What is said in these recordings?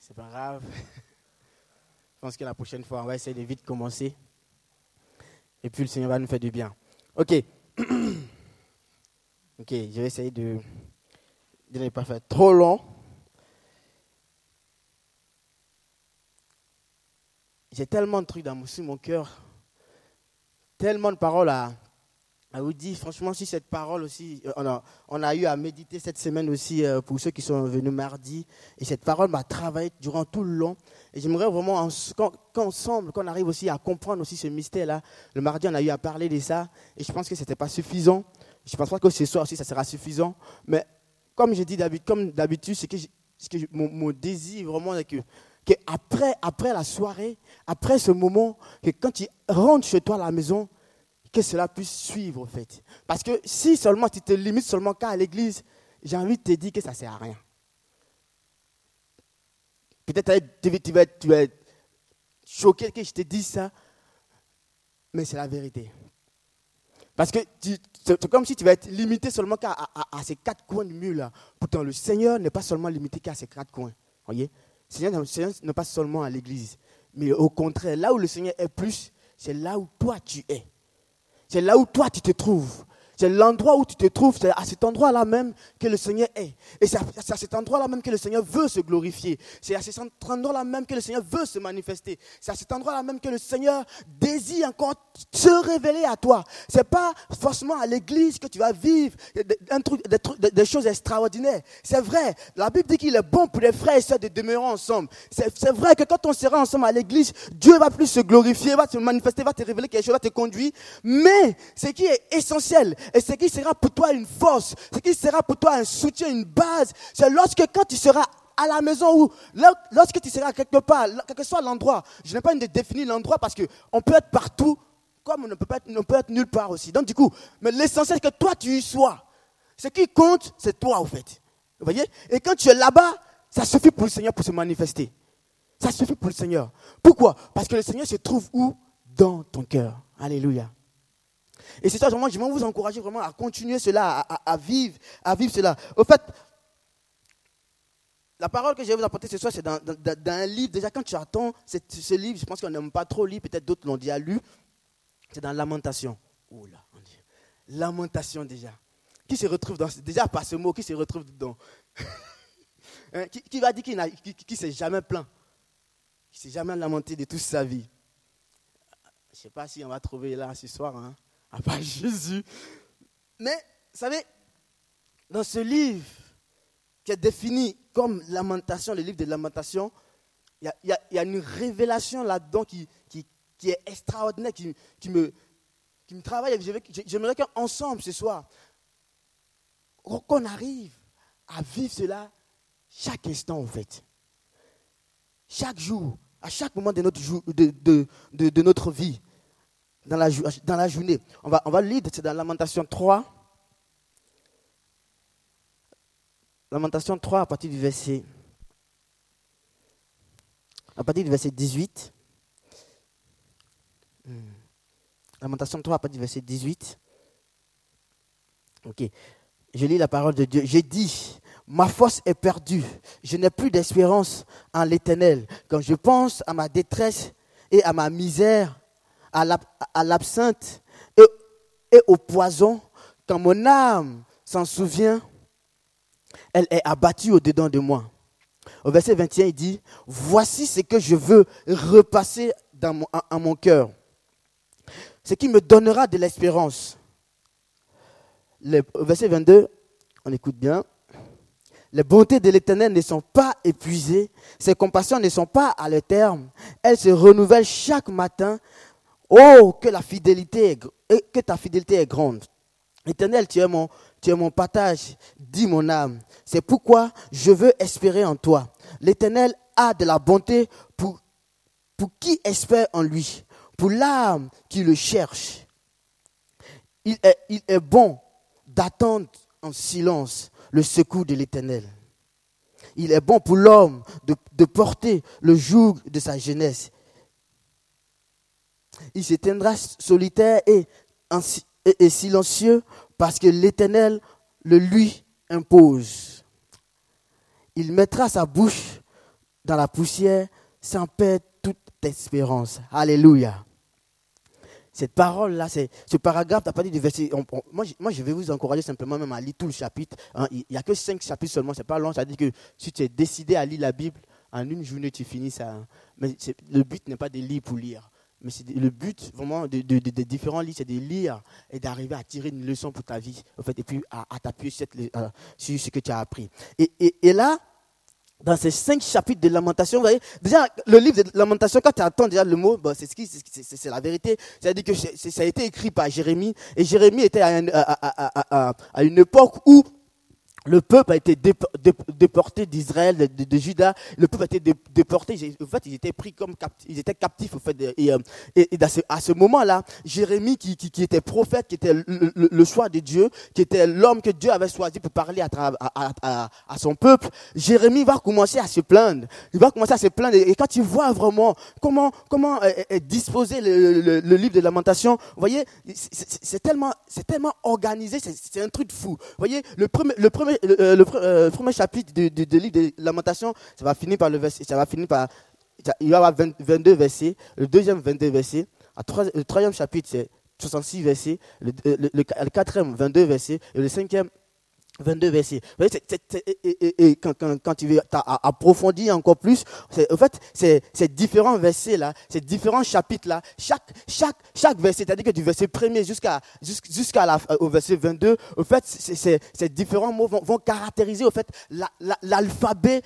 c'est pas grave. Je pense que la prochaine fois, on va essayer de vite commencer. Et puis le Seigneur va nous faire du bien. Ok. Ok, je vais essayer de ne pas faire trop long. J'ai tellement de trucs sur mon cœur. Tellement de paroles à vous dire. Franchement, si cette parole aussi, on a eu à méditer cette semaine aussi pour ceux qui sont venus mardi. Et cette parole m'a travaillé durant tout le long. Et j'aimerais vraiment qu'ensemble, qu'on arrive aussi à comprendre aussi ce mystère-là. Le mardi, on a eu à parler de ça. Et je pense que ce n'était pas suffisant. Je ne pense pas que ce soir aussi, ça sera suffisant. Mais comme je dis d'habitude, mon désir vraiment est que après la soirée, après ce moment, que quand tu rentres chez toi à la maison, que cela puisse suivre, en fait. Parce que si seulement tu te limites seulement qu'à l'église, j'ai envie de te dire que ça ne sert à rien. Peut-être tu vas être choqué que je te dise ça, mais c'est la vérité. Parce que c'est comme si tu vas être limité seulement qu'à ces 4 coins du mur là. Pourtant, le Seigneur n'est pas seulement limité qu'à ces 4 coins. Voyez? Le Seigneur n'est pas seulement à l'église. Mais au contraire, là où le Seigneur est plus, c'est là où toi tu es. C'est là où toi tu te trouves. C'est l'endroit où tu te trouves, c'est à cet endroit-là même que le Seigneur est. Et c'est à cet endroit-là même que le Seigneur veut se glorifier. C'est à cet endroit-là même que le Seigneur veut se manifester. C'est à cet endroit-là même que le Seigneur désire encore se révéler à toi. Ce n'est pas forcément à l'église que tu vas vivre des choses extraordinaires. C'est vrai, la Bible dit qu'il est bon pour les frères et sœurs de demeurer ensemble. C'est vrai que quand on sera ensemble à l'église, Dieu va plus se glorifier, va se manifester, va te révéler quelque chose, va te conduire. Mais ce qui est essentiel, et ce qui sera pour toi une force, ce qui sera pour toi un soutien, une base, c'est lorsque quand tu seras à la maison ou lorsque tu seras quelque part, quel que soit l'endroit. Je n'ai pas envie de définir l'endroit parce qu'on peut être partout comme on peut être nulle part aussi. Donc du coup, mais l'essentiel c'est que toi tu y sois. Ce qui compte, c'est toi en fait. Vous voyez? Et quand tu es là-bas, ça suffit pour le Seigneur pour se manifester. Ça suffit pour le Seigneur. Pourquoi? Parce que le Seigneur se trouve où? Dans ton cœur. Alléluia. Et c'est ça, vraiment, je vais vous encourager vraiment à continuer cela, à vivre cela. Au fait, la parole que je vais vous apporter ce soir, c'est dans un livre. Déjà, quand tu attends ce livre, je pense qu'on n'aime pas trop lire, peut-être d'autres l'ont déjà lu. C'est dans Lamentation. Oh là, on dit. Lamentation déjà. Qui se retrouve déjà par ce mot, qui se retrouve dedans? Qui va dire qu'il ne s'est jamais plaint? Qui ne s'est jamais lamenté de toute sa vie? Je ne sais pas si on va trouver là ce soir, hein, à part Jésus. Mais, vous savez, dans ce livre qui est défini comme Lamentation, le livre de Lamentation, il y a une révélation là-dedans qui est extraordinaire, qui me travaille. J'aimerais qu'ensemble ce soir, qu'on arrive à vivre cela chaque instant en fait. Chaque jour, à chaque moment de notre vie, dans la journée. On va lire, c'est dans Lamentation 3. Lamentation 3 à partir du verset 18. Lamentation 3 à partir du verset 18. Ok. Je lis la parole de Dieu. J'ai dit, ma force est perdue. Je n'ai plus d'espérance en l'Éternel. Quand je pense à ma détresse et à ma misère, à l'absinthe et au poison, quand mon âme s'en souvient, elle est abattue au-dedans de moi. Au verset 21, il dit, voici ce que je veux repasser en mon cœur. Ce qui me donnera de l'espérance. Au verset 22, on écoute bien. Les bontés de l'Éternel ne sont pas épuisées, ses compassions ne sont pas à leur terme. Elles se renouvellent chaque matin. Oh, que ta fidélité est grande. L'Éternel, tu es mon partage, dit mon âme. C'est pourquoi je veux espérer en toi. L'Éternel a de la bonté pour qui espère en lui, pour l'âme qui le cherche. Il est bon d'attendre en silence le secours de l'Éternel. Il est bon pour l'homme de porter le joug de sa jeunesse. Il se tiendra solitaire et silencieux parce que l'Éternel le lui impose. Il mettra sa bouche dans la poussière sans perdre toute espérance. Alléluia. Cette parole-là, ce paragraphe, tu n'as pas dit du verset. Moi, je vais vous encourager simplement même à lire tout le chapitre. Hein. Il n'y a que 5 chapitres seulement, ce n'est pas long. Ça dit que si tu es décidé à lire la Bible, en une journée, tu finis ça. Hein. Mais le but n'est pas de lire pour lire. Mais le but vraiment de différents livres, c'est de lire et d'arriver à tirer une leçon pour ta vie. En fait, et puis à t'appuyer sur ce que tu as appris. Et là, dans ces 5 chapitres de Lamentation, vous voyez, déjà, le livre de Lamentation, quand tu entends déjà le mot, bon, c'est la vérité. C'est-à-dire que ça a été écrit par Jérémie. Et Jérémie était à une époque où le peuple a été déporté d'Israël, de Juda. Le peuple a été déporté. En fait, ils étaient pris comme ils étaient captifs. En fait, et à ce moment-là, Jérémie, qui était prophète, qui était le choix de Dieu, qui était l'homme que Dieu avait choisi pour parler à son peuple, Jérémie va commencer à se plaindre. Il va commencer à se plaindre. Et quand tu vois vraiment comment est disposé le livre de Lamentation, vous voyez, c'est tellement organisé, c'est un truc de fou. Vous voyez, le premier chapitre du livre de Lamentation, ça va finir par il va y avoir 22 versets. Le deuxième, 22 versets. Le troisième chapitre, c'est 66 versets. Le quatrième, 22 versets. Et le cinquième, 22 versets. Vous voyez, et quand tu veux approfondir encore plus, en fait, ces différents versets-là, ces différents chapitres-là, chaque verset, c'est-à-dire que du verset 1er au verset 22, en fait, ces différents mots vont caractériser en fait, l'alphabet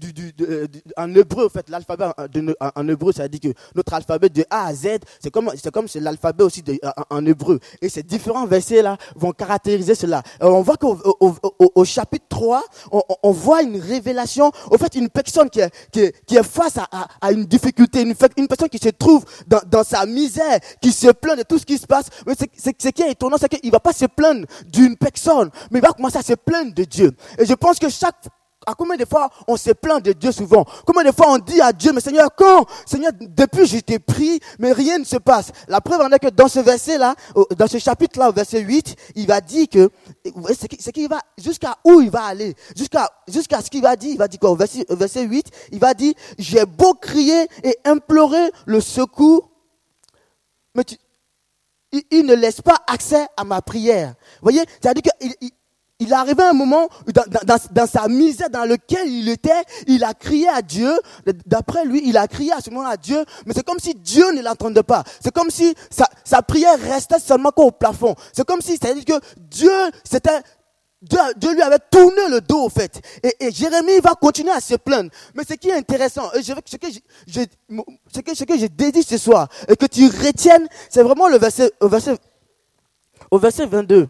en hébreu. En fait, l'alphabet en hébreu, c'est-à-dire que notre alphabet de A à Z, c'est comme l'alphabet aussi en hébreu. Et ces différents versets-là vont caractériser cela. On voit qu'au chapitre 3, on voit une révélation, en fait, une personne qui est face à une difficulté, une personne qui se trouve dans sa misère, qui se plaint de tout ce qui se passe. Mais ce qui est étonnant, c'est qu'il ne va pas se plaindre d'une personne, mais il va commencer à se plaindre de Dieu. Et je pense que à combien de fois on se plaint de Dieu souvent? Combien de fois on dit à Dieu, mais Seigneur, Seigneur, depuis je t'ai pris, mais rien ne se passe. La preuve en est que dans ce verset-là, dans ce chapitre-là, au verset 8, il va dire que, c'est qu'il va, jusqu'à où il va aller? Jusqu'à ce qu'il va dire, il va dire quoi? Au verset 8, il va dire, j'ai beau crier et implorer le secours, mais il ne laisse pas accès à ma prière. Vous voyez? C'est-à-dire qu'il est arrivé un moment dans sa misère dans laquelle il était, il a crié à Dieu. D'après lui, il a crié à ce moment à Dieu, mais c'est comme si Dieu ne l'entendait pas. C'est comme si sa prière restait seulement qu'au plafond. C'est comme si, c'est-à-dire que Dieu lui avait tourné le dos, au fait. Et Jérémie va continuer à se plaindre. Mais ce qui est intéressant, et ce que je dédie ce soir, et que tu retiennes, c'est vraiment au verset 22.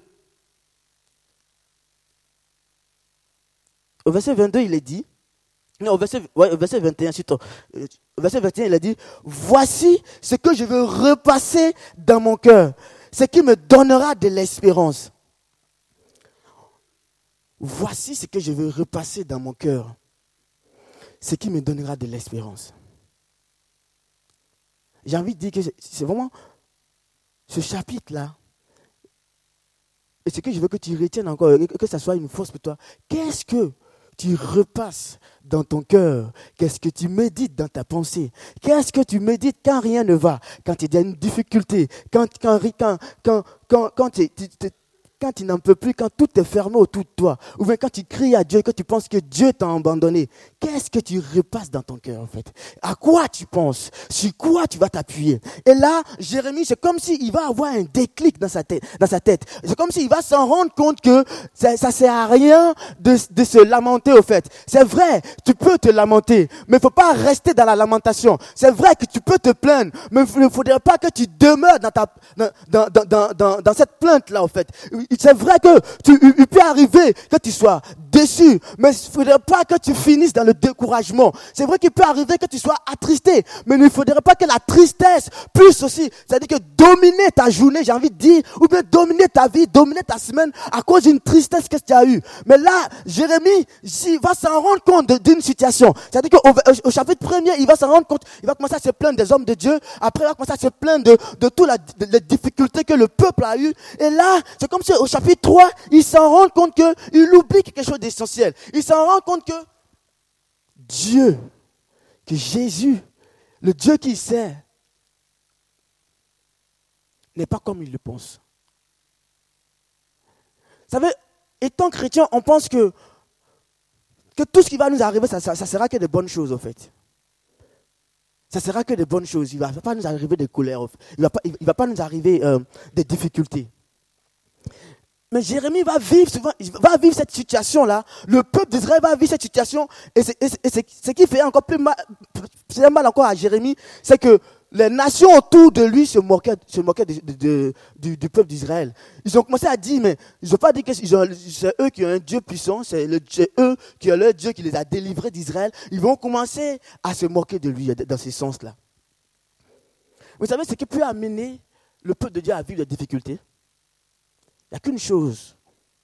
Au verset 22, il est dit, non, au verset 21, surtout. Au verset 21, il a dit, voici ce que je veux repasser dans mon cœur, ce qui me donnera de l'espérance. Voici ce que je veux repasser dans mon cœur, ce qui me donnera de l'espérance. J'ai envie de dire que c'est vraiment ce chapitre-là. Et ce que je veux que tu retiennes encore, que ça soit une force pour toi. Qu'est-ce que tu repasses dans ton cœur? Qu'est-ce que tu médites dans ta pensée? Qu'est-ce que tu médites quand rien ne va? Quand il y a une difficulté? Quand tu n'en peux plus, quand tout est fermé autour de toi, ou bien quand tu cries à Dieu, que tu penses que Dieu t'a abandonné, qu'est-ce que tu repasses dans ton cœur en fait? À quoi tu penses? Sur quoi tu vas t'appuyer? Et là, Jérémie, c'est comme s'il va avoir un déclic dans sa tête. C'est comme s'il va s'en rendre compte que ça sert à rien de se lamenter au fait. C'est vrai, tu peux te lamenter, mais il ne faut pas rester dans la lamentation. C'est vrai que tu peux te plaindre, mais il ne faudrait pas que tu demeures dans cette plainte-là au fait. C'est vrai que il peut arriver que tu sois déçu, mais il ne faudrait pas que tu finisses dans le découragement. C'est vrai qu'il peut arriver que tu sois attristé, mais il ne faudrait pas que la tristesse puisse aussi, c'est-à-dire que dominer ta journée, j'ai envie de dire, ou bien dominer ta vie, dominer ta semaine à cause d'une tristesse que tu as eue. Mais là, Jérémie, il va s'en rendre compte d'une situation. C'est-à-dire qu'au chapitre 1er, il va s'en rendre compte, il va commencer à se plaindre des hommes de Dieu, après il va commencer à se plaindre de toutes les difficultés que le peuple a eues. Et là, c'est comme si au chapitre 3, il s'en rend compte qu'il oublie quelque chose d'essentiel. Il s'en rend compte que Dieu que Jésus, le Dieu qu'il sert, n'est pas comme il le pense. Vous savez, étant chrétien, on pense que tout ce qui va nous arriver, ça sera que des bonnes choses, en fait. Ça sera que des bonnes choses. Il ne va pas nous arriver des colères. Il ne va pas nous arriver des difficultés. Mais Jérémie va vivre cette situation-là. Le peuple d'Israël va vivre cette situation. Et ce qui fait encore plus mal encore à Jérémie, c'est que les nations autour de lui se moquaient du peuple d'Israël. Ils ont commencé à dire, mais ils n'ont pas dit que c'est eux qui ont un Dieu puissant, c'est eux qui ont leur Dieu qui les a délivrés d'Israël. Ils vont commencer à se moquer de lui dans ce sens-là. Vous savez ce qui peut amener le peuple de Dieu à vivre des difficultés? Il n'y a qu'une chose.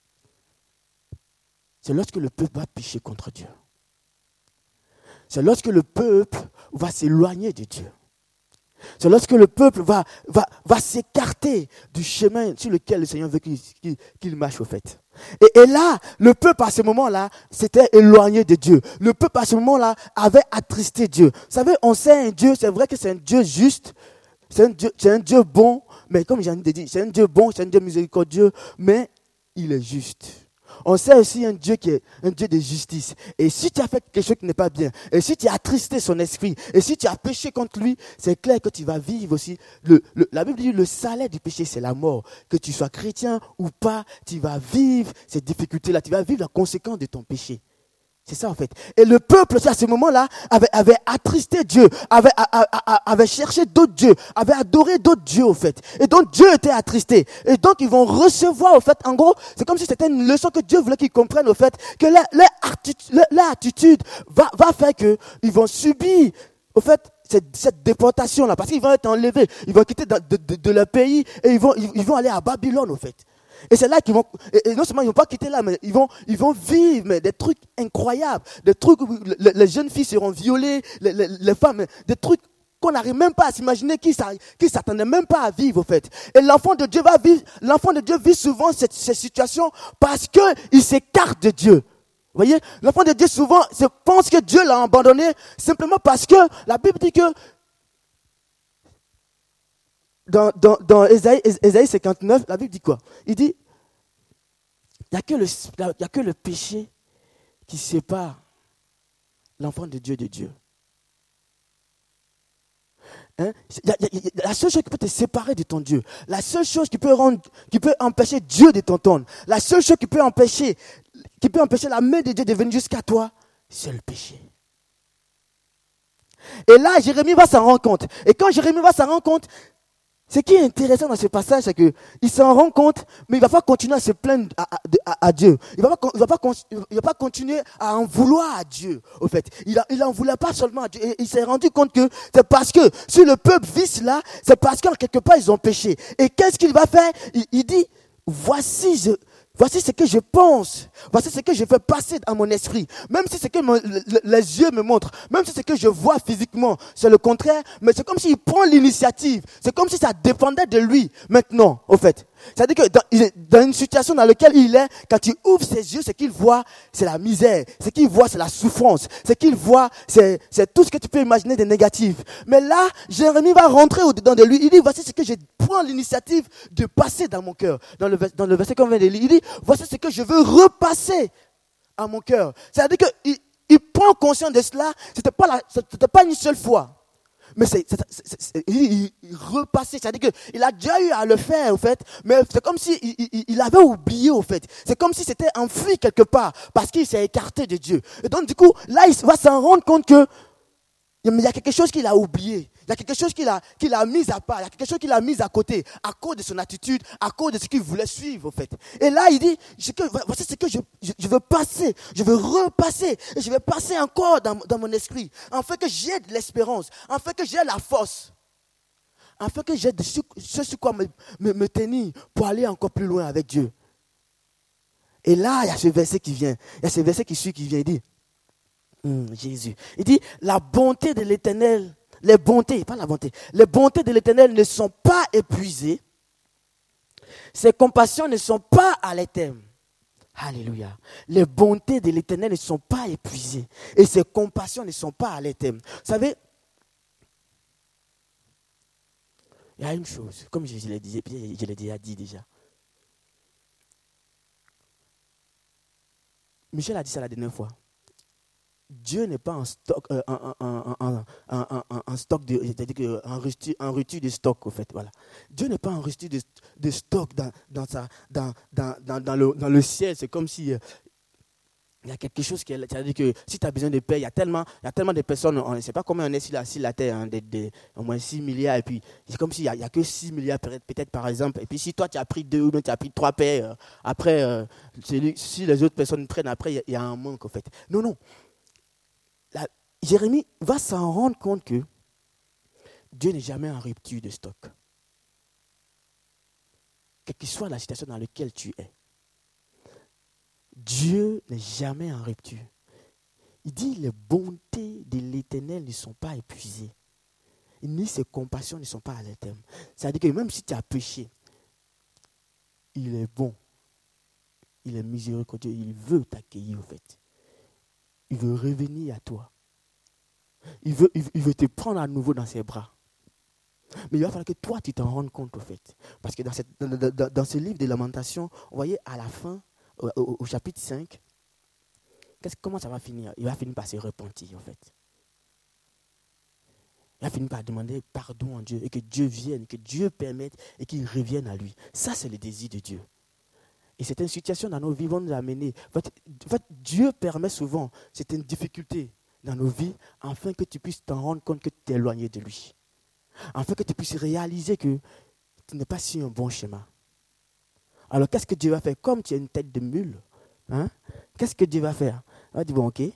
C'est lorsque le peuple va pécher contre Dieu. C'est lorsque le peuple va s'éloigner de Dieu. C'est lorsque le peuple va s'écarter du chemin sur lequel le Seigneur veut qu'il marche au fait. Et là, le peuple à ce moment-là s'était éloigné de Dieu. Le peuple à ce moment-là avait attristé Dieu. Vous savez, on sait un Dieu, c'est vrai que c'est un Dieu juste, c'est un Dieu bon, mais comme j'ai dit, c'est un Dieu bon, c'est un Dieu miséricordieux, mais il est juste. On sait aussi un Dieu qui est un Dieu de justice. Et si tu as fait quelque chose qui n'est pas bien, et si tu as attristé son esprit, et si tu as péché contre lui, c'est clair que tu vas vivre aussi. La Bible dit le salaire du péché, c'est la mort. Que tu sois chrétien ou pas, tu vas vivre ces difficultés-là. Tu vas vivre la conséquence de ton péché. C'est ça en fait. Et le peuple, à ce moment-là, avait attristé Dieu, avait cherché d'autres dieux, avait adoré d'autres dieux au fait. Et donc Dieu était attristé. Et donc ils vont recevoir au fait, en gros, c'est comme si c'était une leçon que Dieu voulait qu'ils comprennent au fait, que leur attitude va faire qu'ils vont subir au fait cette déportation-là, parce qu'ils vont être enlevés, ils vont quitter de leur pays et ils vont aller à Babylone au fait. Et c'est là qu'ils vont, et non seulement ils ne vont pas quitter là, mais ils vont vivre des trucs incroyables, des trucs où les jeunes filles seront violées, les femmes, des trucs qu'on n'arrive même pas à s'imaginer, qui s'attendaient même pas à vivre, au fait. Et l'enfant de Dieu vit souvent cette situation parce qu'il s'écarte de Dieu. Vous voyez, l'enfant de Dieu souvent pense que Dieu l'a abandonné simplement parce que la Bible dit que dans Ésaïe 59, la Bible dit quoi? Il dit, il n'y a que le péché qui sépare l'enfant de Dieu de Dieu. Hein? La seule chose qui peut te séparer de ton Dieu, la seule chose qui peut empêcher Dieu de t'entendre, la seule chose qui peut empêcher la main de Dieu de venir jusqu'à toi, c'est le péché. Et là, Jérémie va s'en rendre compte. Et quand Jérémie va s'en rendre compte, ce qui est intéressant dans ce passage, c'est qu'il s'en rend compte, mais il ne va pas continuer à se plaindre à Dieu. Il ne va pas continuer à en vouloir à Dieu, au fait. Il n'en voulait pas seulement à Dieu. Et il s'est rendu compte que c'est parce que si le peuple vit cela, c'est parce qu'en quelque part, ils ont péché. Et qu'est-ce qu'il va faire? Il dit, voici ce que je pense. Voici ce que je fais passer dans mon esprit. Même si c'est que les yeux me montrent, même si c'est que je vois physiquement, c'est le contraire, mais c'est comme s'il prend l'initiative. C'est comme si ça dépendait de lui maintenant, au fait. C'est-à-dire que dans une situation dans laquelle il est, quand il ouvre ses yeux, ce qu'il voit, c'est la misère. Ce qu'il voit, c'est la souffrance. Ce qu'il voit, c'est tout ce que tu peux imaginer de négatif. Mais là, Jérémie va rentrer au-dedans de lui. Il dit, voici ce que je prends l'initiative de passer dans mon cœur. Dans le verset qu'on vient de lire, il dit, voici ce que je veux repasser à mon cœur. C'est-à-dire qu'il prend conscience de cela. C'était pas une seule fois. Mais il repassait, c'est-à-dire qu'il a déjà eu à le faire, au fait, mais c'est comme si il avait oublié, au fait. C'est comme si c'était enfui quelque part, parce qu'il s'est écarté de Dieu. Et donc, du coup, là, il va s'en rendre compte que il y a quelque chose qu'il a oublié. Il y a quelque chose qu'il a mis à part. Il y a quelque chose qu'il a mis à côté, à cause de son attitude, à cause de ce qu'il voulait suivre, au fait. Et là, il dit, voici ce que je veux passer. Je veux repasser. Et je vais passer encore dans mon esprit. Afin que j'ai de l'espérance. Afin que j'ai la force. Afin que j'ai ce sur quoi me tenir pour aller encore plus loin avec Dieu. Et là, il y a ce verset qui vient. Il y a ce verset qui suit, qui vient. Il dit, Jésus. Il dit, la bonté de l'Éternel, les bontés de l'Éternel ne sont pas épuisées. Ses compassions ne sont pas à l'éternel. Alléluia. Les bontés de l'Éternel ne sont pas épuisées et ses compassions ne sont pas à l'éternel. Vous savez, il y a une chose, comme je l'ai déjà dit déjà. Michel a dit ça la dernière fois. Dieu n'est pas en stock, en stock de, c'est-à-dire en rupture de stock, en fait, voilà. Dieu n'est pas en rupture de stock dans le ciel. C'est comme si il y a quelque chose qui est, c'est-à-dire que si tu as besoin de paix, il y a tellement de personnes, on ne sait pas combien on est sur la terre, au moins 6 milliards, et puis c'est comme s'il n'y a que 6 milliards peut-être par exemple, et puis si toi tu as pris 2 ou tu as pris 3 paix, après, si les autres personnes prennent après, il y a un manque en fait. Non. Jérémie va s'en rendre compte que Dieu n'est jamais en rupture de stock. Quelle que soit la situation dans laquelle tu es, Dieu n'est jamais en rupture. Il dit les bontés de l'Éternel ne sont pas épuisées, ni ses compassions ne sont pas à l'éternel. C'est-à-dire que même si tu as péché, il est bon, il est miséricordieux, il veut t'accueillir en fait. Il veut revenir à toi. Il veut te prendre à nouveau dans ses bras. Mais il va falloir que toi, tu t'en rendes compte, au fait. Parce que dans ce livre de Lamentations, vous voyez, à la fin, au chapitre 5, comment ça va finir? Il va finir par se repentir, en fait. Il va finir par demander pardon à Dieu et que Dieu vienne, que Dieu permette et qu'il revienne à lui. Ça, c'est le désir de Dieu. Et c'est une situation dans nos vies qui va nous amener. En fait, Dieu permet souvent, c'est une difficulté dans nos vies, afin que tu puisses t'en rendre compte que tu es éloigné de lui. Afin que tu puisses réaliser que tu n'es pas sur un bon chemin. Alors, qu'est-ce que Dieu va faire? Comme tu as une tête de mule, qu'est-ce que Dieu va faire? Il va dire, bon, ok,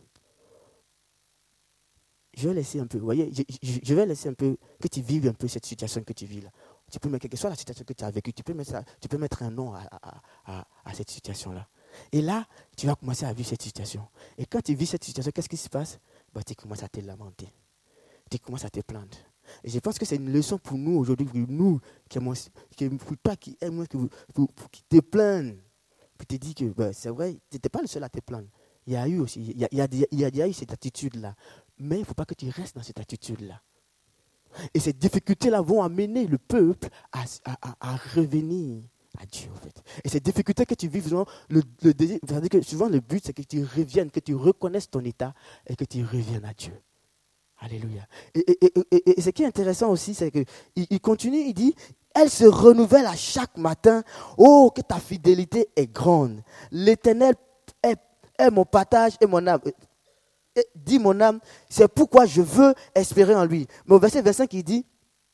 je vais laisser un peu, vous voyez, je vais laisser un peu, que tu vives un peu cette situation que tu vis là. Tu peux mettre, quelle que soit la situation que tu as vécue, tu peux mettre un nom à cette situation-là. Et là, tu vas commencer à vivre cette situation. Et quand tu vis cette situation, qu'est-ce qui se passe? Tu commences à te lamenter. Tu commences à te plaindre. Et je pense que c'est une leçon pour nous aujourd'hui, pour nous, pour toi qui aimes, qui te plaignent. Puis tu te dis que c'est vrai, tu n'étais pas le seul à te plaindre. Il y a eu aussi, il y a eu cette attitude-là. Mais il ne faut pas que tu restes dans cette attitude-là. Et ces difficultés-là vont amener le peuple à revenir à Dieu, en fait. Et ces difficultés que tu vis, souvent, c'est-à-dire que souvent le but, c'est que tu reviennes, que tu reconnaisses ton état et que tu reviennes à Dieu. Alléluia. Et ce qui est intéressant aussi, c'est qu'il continue, il dit, elle se renouvelle à chaque matin. Oh, que ta fidélité est grande. L'Éternel est mon partage et mon âme. Dit mon âme, c'est pourquoi je veux espérer en lui. Mais au verset 25, il dit,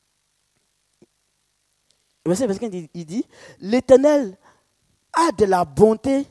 l'Éternel a de la bonté,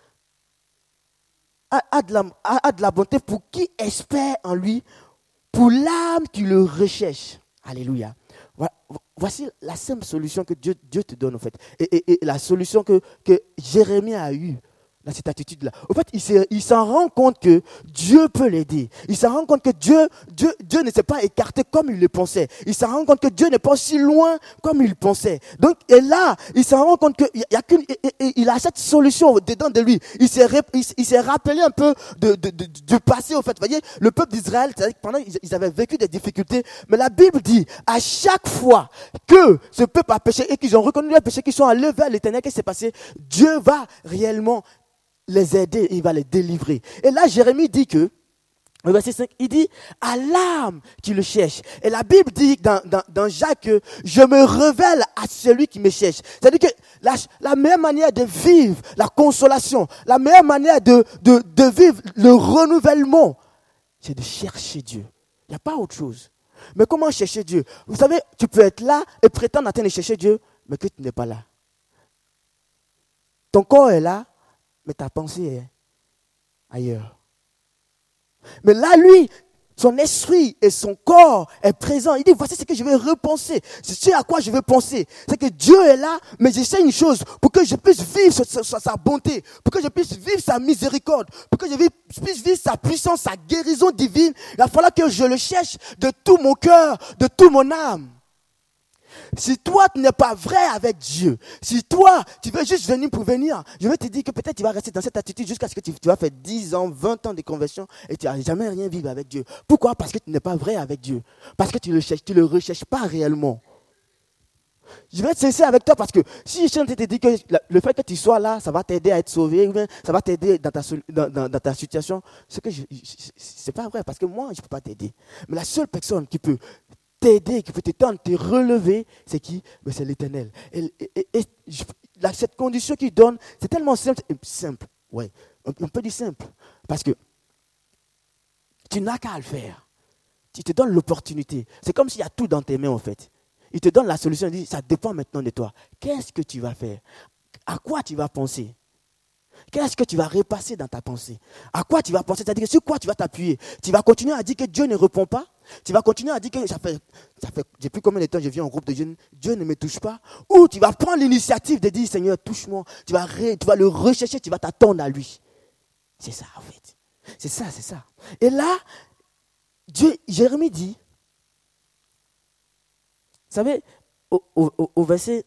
a de la bonté pour qui espère en lui, pour l'âme qui le recherche. Alléluia. Voici la simple solution que Dieu te donne en fait. Et la solution que Jérémie a eue dans cette attitude-là. En fait, il s'en rend compte que Dieu peut l'aider. Il s'en rend compte que Dieu ne s'est pas écarté comme il le pensait. Il s'en rend compte que Dieu n'est pas si loin comme il pensait. Donc, et là, il s'en rend compte qu'il a cette solution dedans de lui. Il s'est rappelé un peu du passé, en fait. Vous voyez, le peuple d'Israël, c'est-à-dire que pendant ils avaient vécu des difficultés, mais la Bible dit, à chaque fois que ce peuple a péché et qu'ils ont reconnu leur péché, qu'ils sont allés vers l'Éternel, qu'est-ce qui s'est passé? Dieu va réellement les aider, il va les délivrer. Et là, Jérémie dit que, au verset 5, il dit, à l'âme qui le cherche. Et la Bible dit dans Jacques que je me révèle à celui qui me cherche. C'est-à-dire que la meilleure manière de vivre la consolation, la meilleure manière de vivre le renouvellement, c'est de chercher Dieu. Il n'y a pas autre chose. Mais comment chercher Dieu? Vous savez, tu peux être là et prétendre en train de chercher Dieu, mais que tu n'es pas là. Ton corps est là, mais ta pensée est ailleurs. Mais là, lui, son esprit et son corps est présent. Il dit, voici ce que je vais repenser. C'est ce à quoi je vais penser. C'est que Dieu est là, mais je sais une chose, pour que je puisse vivre sa bonté, pour que je puisse vivre sa miséricorde, pour que je puisse vivre sa puissance, sa guérison divine, il va falloir que je le cherche de tout mon cœur, de toute mon âme. si toi, tu n'es pas vrai avec Dieu, si toi, tu veux juste venir pour venir, je vais te dire que peut-être tu vas rester dans cette attitude jusqu'à ce que tu vas faire 10 ans, 20 ans de conversion et tu n'as jamais rien vivre avec Dieu. Pourquoi? Parce que tu n'es pas vrai avec Dieu. Parce que tu le recherches pas réellement. Je vais te cesser avec toi parce que si je te dis que le fait que tu sois là, ça va t'aider à être sauvé, ou bien ça va t'aider dans ta situation, c'est que c'est pas vrai parce que moi, je ne peux pas t'aider. Mais la seule personne qui peut t'aider, qui peut t'étendre, te relever, c'est qui? Ben, c'est l'Éternel. Cette condition qu'il donne, c'est tellement simple, ouais, on peut dire simple, parce que tu n'as qu'à le faire. Tu te donnes l'opportunité. C'est comme s'il y a tout dans tes mains en fait. Il te donne la solution, il dit, ça dépend maintenant de toi. Qu'est-ce que tu vas faire? À quoi tu vas penser? Qu'est-ce que tu vas repasser dans ta pensée? À quoi tu vas penser? C'est-à-dire sur quoi tu vas t'appuyer? Tu vas continuer à dire que Dieu ne répond pas? Tu vas continuer à dire que ça fait depuis combien de temps je viens en groupe de jeunes, Dieu ne me touche pas? Ou tu vas prendre l'initiative de dire, Seigneur, touche-moi. Tu vas le rechercher, tu vas t'attendre à lui. C'est ça en fait. C'est ça. Et là, Jérémie dit, vous savez, au verset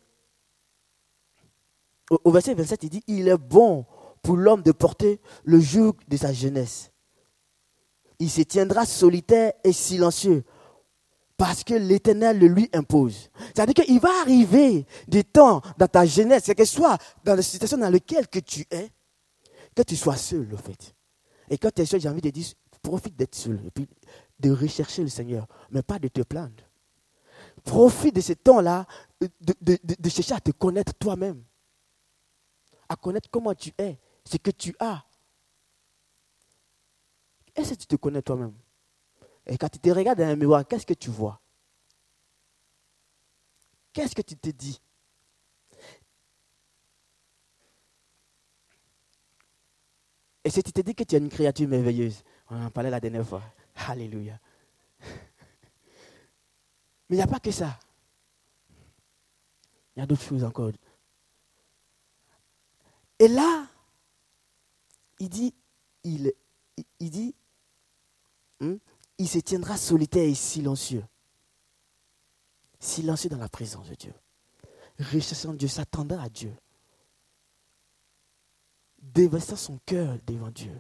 27, il dit, il est bon pour l'homme de porter le joug de sa jeunesse. Il se tiendra solitaire et silencieux parce que l'Éternel le lui impose. C'est-à-dire qu'il va arriver des temps dans ta jeunesse, quelle que soit dans la situation dans laquelle que tu es, que tu sois seul en fait. Et quand tu es seul, j'ai envie de dire, profite d'être seul et puis de rechercher le Seigneur, mais pas de te plaindre. Profite de ce temps-là de chercher à te connaître toi-même. À connaître comment tu es, ce que tu as. Est-ce que tu te connais toi-même? Et quand tu te regardes dans un miroir, qu'est-ce que tu vois? Qu'est-ce que tu te dis? Et si tu te dis que tu es une créature merveilleuse, on en parlait la dernière fois. Alléluia. Mais il n'y a pas que ça. Il y a d'autres choses encore. Et là, il dit, il se tiendra solitaire et silencieux. Silencieux dans la présence de Dieu. Recherchant Dieu, s'attendant à Dieu. Déversant son cœur devant Dieu.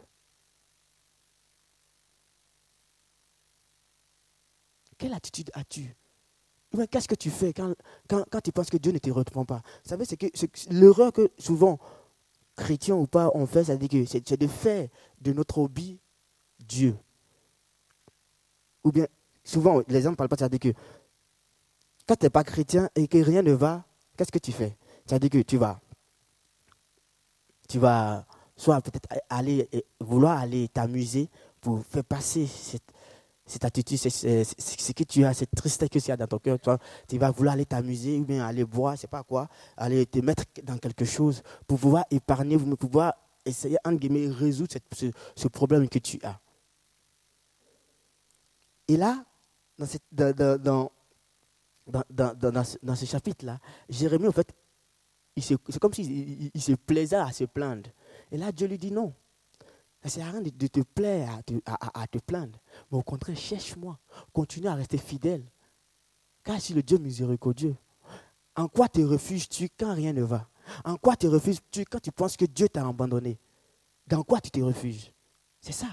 Quelle attitude as-tu? Qu'est-ce que tu fais quand tu penses que Dieu ne te reprend pas? Vous savez, c'est l'erreur que souvent, chrétiens ou pas, on fait, c'est-à-dire que c'est de faire de notre hobby Dieu. Ou bien, souvent, les gens ne parlent pas, c'est-à-dire que quand tu n'es pas chrétien et que rien ne va, qu'est-ce que tu fais? C'est-à-dire que tu vas soit peut-être vouloir aller t'amuser pour faire passer cette attitude, ce que tu as, cette tristesse que tu as dans ton cœur. Tu vas vouloir aller t'amuser ou bien aller boire, je ne sais pas quoi, aller te mettre dans quelque chose pour pouvoir épargner, pour pouvoir essayer, entre guillemets, résoudre ce problème que tu as. Et là, dans ce chapitre-là, Jérémie, en fait, c'est comme s'il se plaisait à se plaindre. Et là, Dieu lui dit non. Ça ne sert à rien de te plaire, à te plaindre. Mais au contraire, cherche-moi. Continue à rester fidèle. Car je suis le Dieu miséricordieux. En quoi te refuges-tu quand rien ne va? En quoi te refuges-tu quand tu penses que Dieu t'a abandonné? Dans quoi tu te refuges? C'est ça.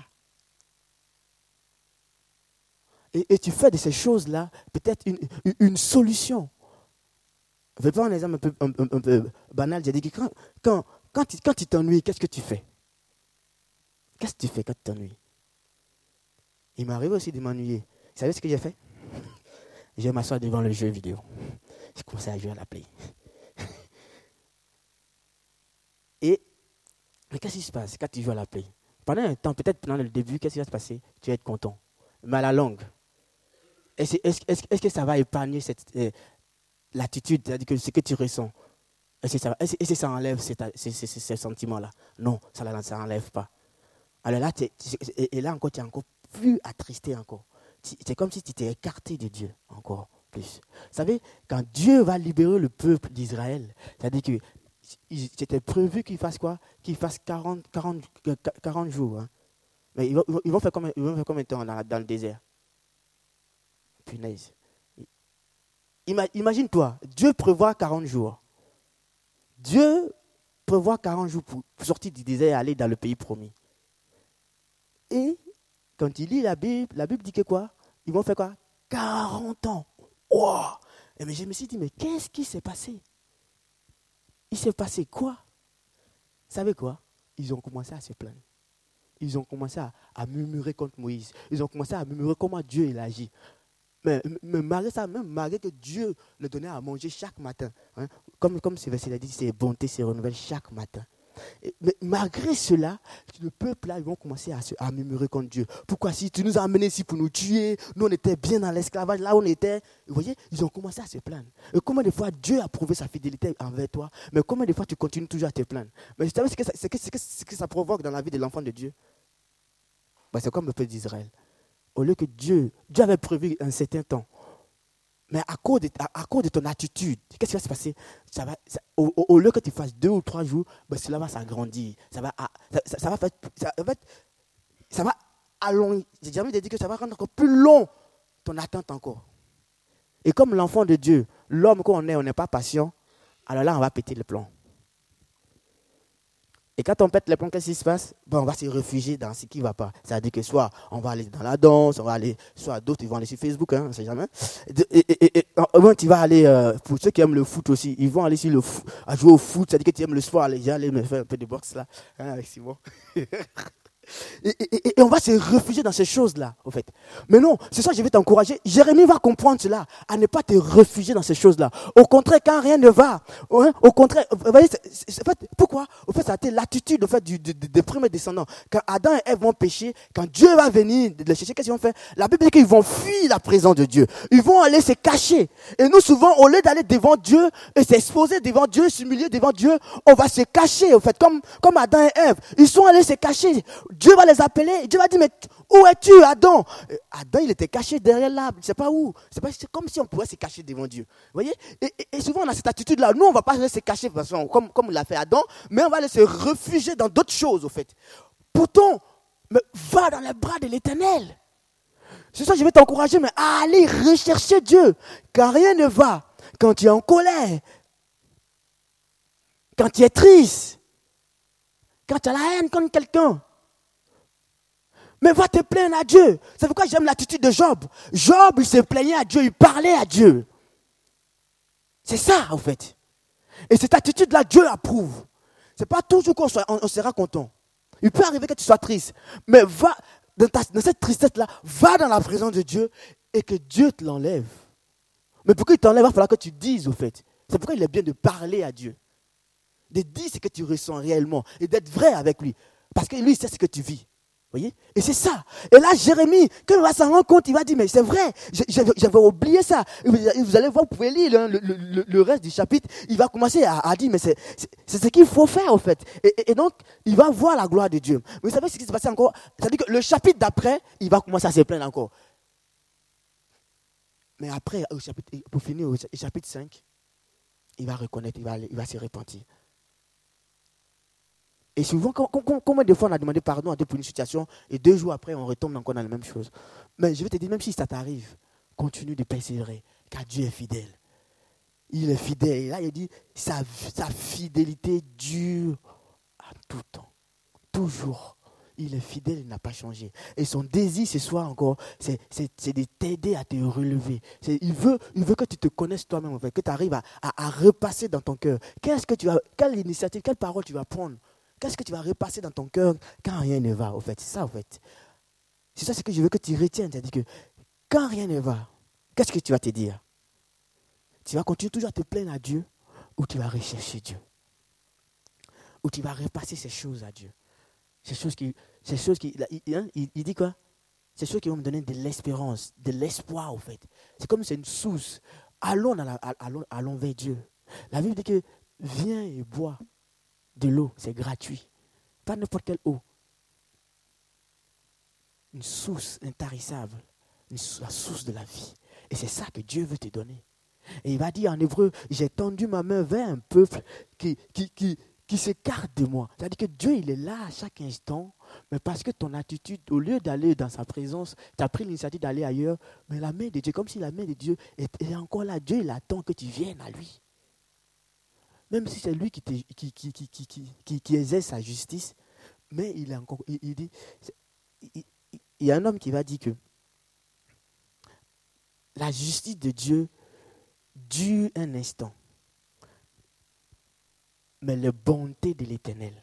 Et tu fais de ces choses-là peut-être une solution. Je vais prendre un exemple un peu banal. J'ai dit que quand tu t'ennuies, qu'est-ce que tu fais? Qu'est-ce que tu fais quand tu t'ennuies? Il m'arrive aussi de m'ennuyer. Vous savez ce que j'ai fait? Je vais m'asseoir devant le jeu vidéo. J'ai commencé à jouer à la Play. Mais qu'est-ce qui se passe quand tu joues à la Play? Pendant un temps, peut-être pendant le début, qu'est-ce qui va se passer? Tu vas être content. Mais à la longue, est-ce que ça va épargner l'attitude, c'est-à-dire que ce que tu ressens? Est-ce que ça enlève ces sentiments-là? Non, ça n'enlève pas. Alors là, et là encore, tu es encore plus attristé encore. C'est comme si tu t'es écarté de Dieu encore plus. Vous savez, quand Dieu va libérer le peuple d'Israël, c'est-à-dire que c'était prévu qu'il fasse quoi? Qu'il fasse 40 jours. Hein. Mais ils vont faire combien de temps dans le désert? Punaise. Imagine-toi, Dieu prévoit 40 jours. Dieu prévoit 40 jours pour sortir du désert et aller dans le pays promis. Et quand il lit la Bible dit que quoi? Ils vont faire quoi? 40 ans. Wow! Et mais je me suis dit, mais qu'est-ce qui s'est passé? Il s'est passé quoi? Vous savez quoi? Ils ont commencé à se plaindre. Ils ont commencé à murmurer contre Moïse. Ils ont commencé à murmurer comment Dieu il agit. Mais malgré ça, même malgré que Dieu le donnait à manger chaque matin, hein, comme ce verset l'a dit, ses bontés se renouvellent chaque matin. Mais malgré cela, le peuple là, ils vont commencer à murmurer contre Dieu. Pourquoi si tu nous as amenés ici pour nous tuer, nous on était bien dans l'esclavage, là on était, vous voyez, ils ont commencé à se plaindre. Et combien de fois Dieu a prouvé sa fidélité envers toi, mais combien de fois tu continues toujours à te plaindre? Mais vous savez ce que ça provoque dans la vie de l'enfant de Dieu? C'est comme le peuple d'Israël. Au lieu que Dieu avait prévu un certain temps, mais à cause de ton attitude, qu'est-ce qui va se passer? Au lieu que tu fasses 2 ou 3 jours, cela va s'agrandir. Ça va allonger. J'ai jamais dit que ça va rendre encore plus long ton attente encore. Et comme l'enfant de Dieu, l'homme qu'on est, on n'est pas patient, alors là, on va péter le plomb. Et quand on pète les plombs, qu'est-ce qui se passe? On va se réfugier dans ce qui ne va pas. C'est-à-dire que soit on va aller dans la danse, on va aller, soit d'autres ils vont aller sur Facebook, on ne sait jamais. Tu vas aller, pour ceux qui aiment le foot aussi, ils vont aller sur le foot, à jouer au foot, c'est-à-dire que tu aimes le sport, aller me faire un peu de boxe là, avec Simon. Et on va se réfugier dans ces choses-là, en fait. Mais non, c'est ça que je vais t'encourager. Jérémie va comprendre cela, à ne pas te réfugier dans ces choses-là. Au contraire, quand rien ne va, au contraire, vous voyez, pourquoi? Au fait, ça a été l'attitude des premiers descendants. Quand Adam et Ève vont pécher, quand Dieu va venir les chercher, qu'est-ce qu'ils vont faire? La Bible dit qu'ils vont fuir la présence de Dieu. Ils vont aller se cacher. Et nous, souvent, au lieu d'aller devant Dieu et s'exposer devant Dieu, s'humilier devant Dieu, on va se cacher, en fait, comme Adam et Ève. Ils sont allés se cacher. Dieu va les appeler. Dieu va dire, mais où es-tu, Adam? Adam, il était caché derrière l'arbre. Je ne sais pas où. C'est comme si on pouvait se cacher devant Dieu. Vous voyez? Et souvent, on a cette attitude-là. Nous, on ne va pas aller se cacher comme l'a fait Adam, mais on va aller se réfugier dans d'autres choses, au fait. Pourtant, mais va dans les bras de l'Éternel. C'est ça que je vais t'encourager, mais à aller rechercher Dieu. Quand rien ne va, quand tu es en colère, quand tu es triste, quand tu as la haine contre quelqu'un, mais va te plaindre à Dieu. C'est pourquoi j'aime l'attitude de Job. Job, il se plaignait à Dieu, il parlait à Dieu. C'est ça, en fait. Et cette attitude-là, Dieu approuve. Ce n'est pas toujours qu'on sera content. Il peut arriver que tu sois triste. Mais va, dans cette tristesse-là, va dans la présence de Dieu et que Dieu te l'enlève. Mais pour qu'il t'enlève, il va falloir que tu dises, au fait. C'est pourquoi il est bien de parler à Dieu. De dire ce que tu ressens réellement et d'être vrai avec lui. Parce que lui, il sait ce que tu vis. Voyez? Et c'est ça. Et là, Jérémie, quand il va s'en rendre compte, il va dire, mais c'est vrai, j'avais oublié ça. Et vous allez voir, vous pouvez lire le reste du chapitre, il va commencer à dire, mais c'est ce qu'il faut faire, en fait. Et donc, il va voir la gloire de Dieu. Mais vous savez ce qui s'est passé encore? C'est-à-dire que le chapitre d'après, il va commencer à se plaindre encore. Mais après, pour finir, au chapitre 5, il va reconnaître, il va se repentir. Et souvent, combien de fois on a demandé pardon à Dieu pour une situation et 2 jours après, on retombe encore dans la même chose. Mais je vais te dire, même si ça t'arrive, continue de persévérer, car Dieu est fidèle. Il est fidèle. Et là, il dit, sa fidélité dure à tout temps. Toujours. Il est fidèle, il n'a pas changé. Et son désir ce soir encore, c'est de t'aider à te relever. Il veut que tu te connaisses toi-même, en fait, que tu arrives à repasser dans ton cœur. Quelle initiative, quelle parole tu vas prendre? Qu'est-ce que tu vas repasser dans ton cœur quand rien ne va, au fait? C'est ça, au fait. C'est ça ce que je veux que tu retiennes. C'est-à-dire que quand rien ne va, qu'est-ce que tu vas te dire? Tu vas continuer toujours à te plaindre à Dieu ou tu vas rechercher Dieu? Ou tu vas repasser ces choses à Dieu? Ces choses qui il dit quoi? Ces choses qui vont me donner de l'espérance, de l'espoir, au fait. C'est comme c'est une source. Allons vers Dieu. La Bible dit que viens et bois. De l'eau, c'est gratuit. Pas n'importe quelle eau. Une source intarissable. La source de la vie. Et c'est ça que Dieu veut te donner. Et il va dire en hébreu, j'ai tendu ma main vers un peuple qui s'écarte de moi. C'est-à-dire que Dieu, il est là à chaque instant Mais parce que ton attitude, au lieu d'aller dans sa présence, tu as pris l'initiative d'aller ailleurs, mais la main de Dieu, comme si la main de Dieu est encore là. Dieu, il attend que tu viennes à lui. Même si c'est lui qui exerce sa justice, mais il est encore, il dit, il y a un homme qui va dire que la justice de Dieu dure un instant, mais les bontés de l'Éternel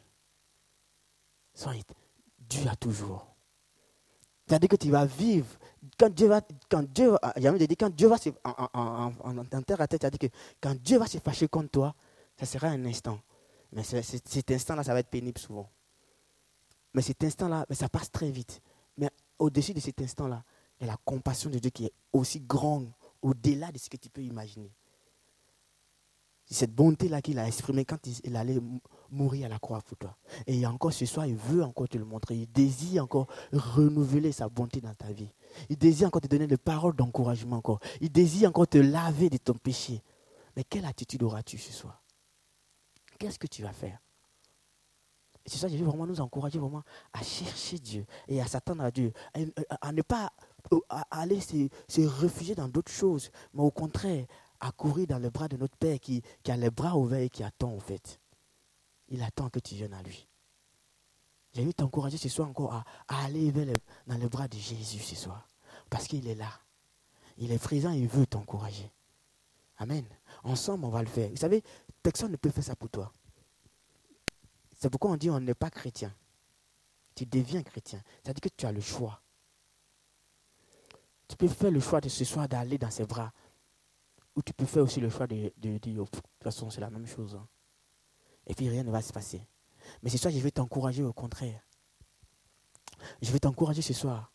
dure toujours. C'est-à-dire que tu vas vivre, quand Dieu va se, en terre à tête, c'est-à-dire que quand Dieu va se fâcher contre toi, ça sera un instant. Mais cet instant-là, ça va être pénible souvent. Mais cet instant-là, ça passe très vite. Mais au-dessus de cet instant-là, il y a la compassion de Dieu qui est aussi grande, au-delà de ce que tu peux imaginer. C'est cette bonté-là qu'il a exprimée quand il allait mourir à la croix pour toi. Et encore ce soir, il veut encore te le montrer. Il désire encore renouveler sa bonté dans ta vie. Il désire encore te donner des paroles d'encouragement encore. Il désire encore te laver de ton péché. Mais quelle attitude auras-tu ce soir? Qu'est-ce que tu vas faire? Et c'est ça, je veux vraiment nous encourager vraiment à chercher Dieu et à s'attendre à Dieu. À ne pas aller se réfugier dans d'autres choses, mais au contraire, à courir dans les bras de notre Père qui a les bras ouverts et qui attend en fait. Il attend que tu viennes à lui. J'ai envie de t'encourager ce soir encore à aller dans les bras de Jésus ce soir. Parce qu'il est là. Il est présent, il veut t'encourager. Amen. Ensemble, on va le faire. Vous savez, personne ne peut faire ça pour toi. C'est pourquoi on dit on n'est pas chrétien. Tu deviens chrétien. C'est-à-dire que tu as le choix. Tu peux faire le choix de ce soir d'aller dans ses bras. Ou tu peux faire aussi le choix de dire, de toute façon, c'est la même chose. Hein. Et puis rien ne va se passer. Mais ce soir, je vais t'encourager au contraire. Je vais t'encourager ce soir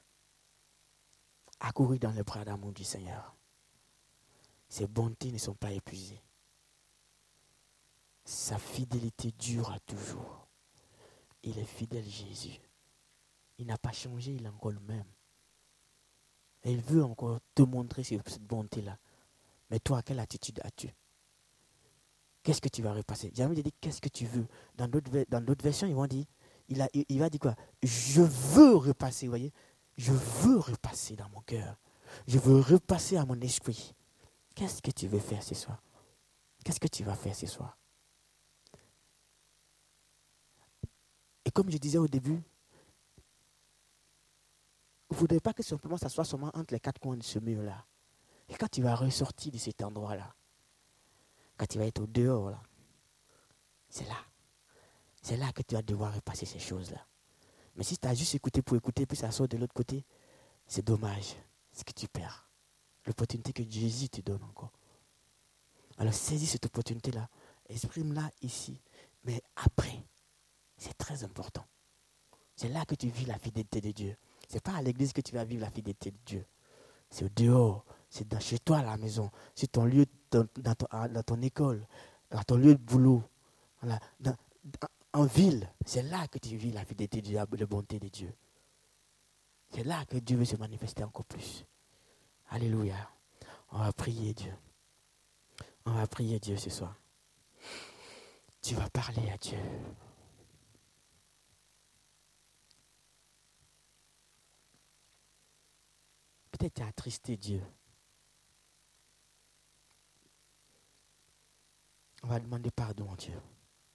à courir dans les bras d'amour du Seigneur. Ses bontés ne sont pas épuisées. Sa fidélité dure à toujours. Il est fidèle, Jésus. Il n'a pas changé, il est encore le même. Et il veut encore te montrer cette bonté-là. Mais toi, quelle attitude as-tu? Qu'est-ce que tu vas repasser? J'ai envie de dire, qu'est-ce que tu veux? Dans d'autres versions, ils vont dire, il va dire quoi? Je veux repasser, vous voyez? Je veux repasser dans mon cœur. Je veux repasser à mon esprit. Qu'est-ce que tu veux faire ce soir? Qu'est-ce que tu vas faire ce soir? Et comme je disais au début, vous ne voudrez pas que simplement ça soit seulement entre les quatre coins de ce mur-là. Et quand tu vas ressortir de cet endroit-là, quand tu vas être au dehors, là, c'est là. C'est là que tu vas devoir repasser ces choses-là. Mais si tu as juste écouté pour écouter, puis ça sort de l'autre côté, c'est dommage. C'est que tu perds l'opportunité que Jésus te donne encore. Alors saisis cette opportunité-là, exprime-la ici. Mais après, c'est très important. C'est là que tu vis la fidélité de Dieu. Ce n'est pas à l'église que tu vas vivre la fidélité de Dieu. C'est au dehors, c'est chez toi à la maison, c'est ton lieu, dans ton école, dans ton lieu de boulot, en ville. C'est là que tu vis la fidélité de Dieu, la bonté de Dieu. C'est là que Dieu veut se manifester encore plus. Alléluia. On va prier Dieu. On va prier Dieu ce soir. Tu vas parler à Dieu. Peut-être tu as attristé Dieu. On va demander pardon à Dieu.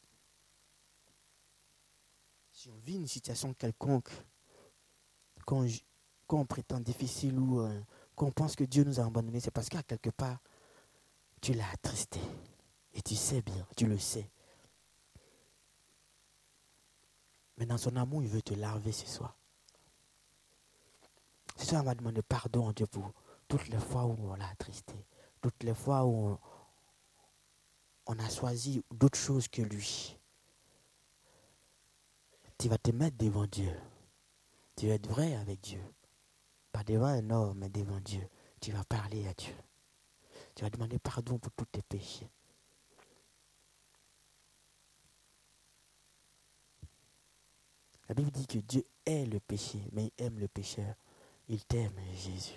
Si on vit une situation quelconque, quand on prétend difficile ou qu'on pense que Dieu nous a abandonnés, c'est parce qu'à quelque part, tu l'as attristé. Et tu sais bien, tu le sais. Mais dans son amour, il veut te laver ce soir. Ce soir, on va demander pardon à Dieu pour toutes les fois où on l'a attristé. Toutes les fois où on a choisi d'autres choses que lui. Tu vas te mettre devant Dieu. Tu vas être vrai avec Dieu. Pas devant un homme, mais devant Dieu. Tu vas parler à Dieu. Tu vas demander pardon pour tous tes péchés. La Bible dit que Dieu hait le péché, mais il aime le pécheur. Il t'aime, Jésus.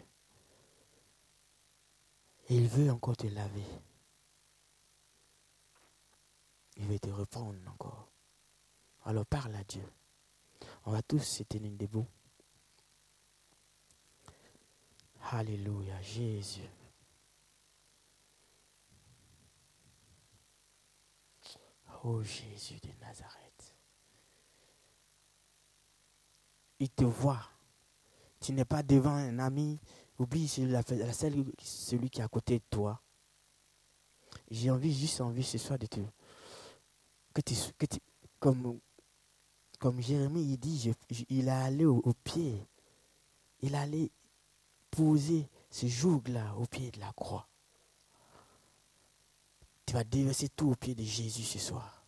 Et il veut encore te laver. Il veut te reprendre encore. Alors parle à Dieu. On va tous se tenir debout. Alléluia, Jésus. Oh Jésus de Nazareth. Il te voit. Tu n'es pas devant un ami. Oublie celui qui est à côté de toi. J'ai juste envie ce soir de te... Comme Jérémie, il dit, il est allé au pied. Il allait poser ce joug-là au pied de la croix. Tu vas déverser tout au pied de Jésus ce soir.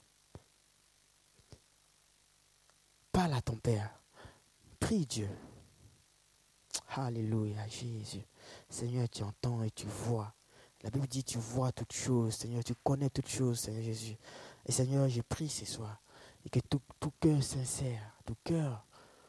Parle à ton Père. Prie Dieu. Alléluia, Jésus. Seigneur, tu entends et tu vois. La Bible dit, tu vois toutes choses. Seigneur, tu connais toutes choses, Seigneur Jésus. Et Seigneur, je prie ce soir. Et que tout cœur sincère, tout cœur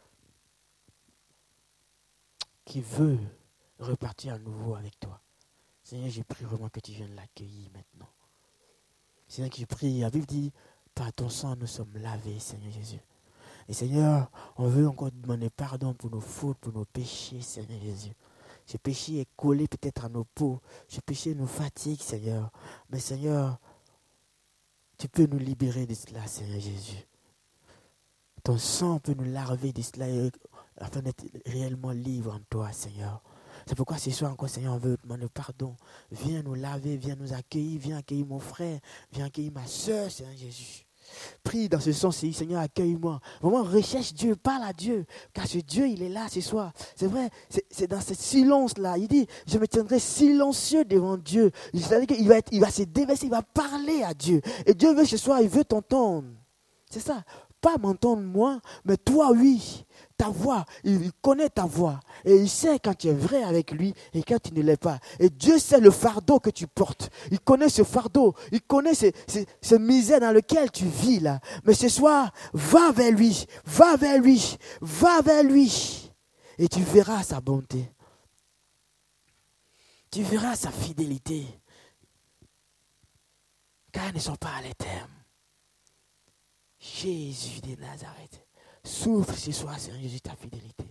qui veut repartir à nouveau avec toi. Seigneur, je prie vraiment que tu viennes l'accueillir maintenant. Seigneur, que je prie, la Bible dit, par ton sang, nous sommes lavés, Seigneur Jésus. Et Seigneur, on veut encore demander pardon pour nos fautes, pour nos péchés, Seigneur Jésus. Ce péché est collé peut-être à nos peaux. Ce péché nous fatigue, Seigneur. Mais Seigneur, tu peux nous libérer de cela, Seigneur Jésus. Ton sang peut nous laver de cela afin d'être réellement libre en toi, Seigneur. C'est pourquoi ce soir encore, Seigneur, on veut demander pardon. Viens nous laver, viens nous accueillir, viens accueillir mon frère, viens accueillir ma soeur, Seigneur Jésus. Prie dans ce sens-ci, Seigneur, accueille-moi. Vraiment, recherche Dieu, parle à Dieu, car ce Dieu, il est là ce soir. C'est vrai, c'est dans ce silence-là. Il dit, je me tiendrai silencieux devant Dieu. C'est-à-dire qu'il va se déverser, il va parler à Dieu. Et Dieu veut ce soir, il veut t'entendre. C'est ça. Pas m'entendre moi, mais toi, oui. Ta voix, il connaît ta voix. Et il sait quand tu es vrai avec lui et quand tu ne l'es pas. Et Dieu sait le fardeau que tu portes. Il connaît ce fardeau. Il connaît ce misère dans lequel tu vis là. Mais ce soir, va vers lui. Va vers lui. Va vers lui. Et tu verras sa bonté. Tu verras sa fidélité. Car elles ne sont pas à l'éternel. Jésus de Nazareth. Souffle ce soir, Seigneur Jésus, ta fidélité.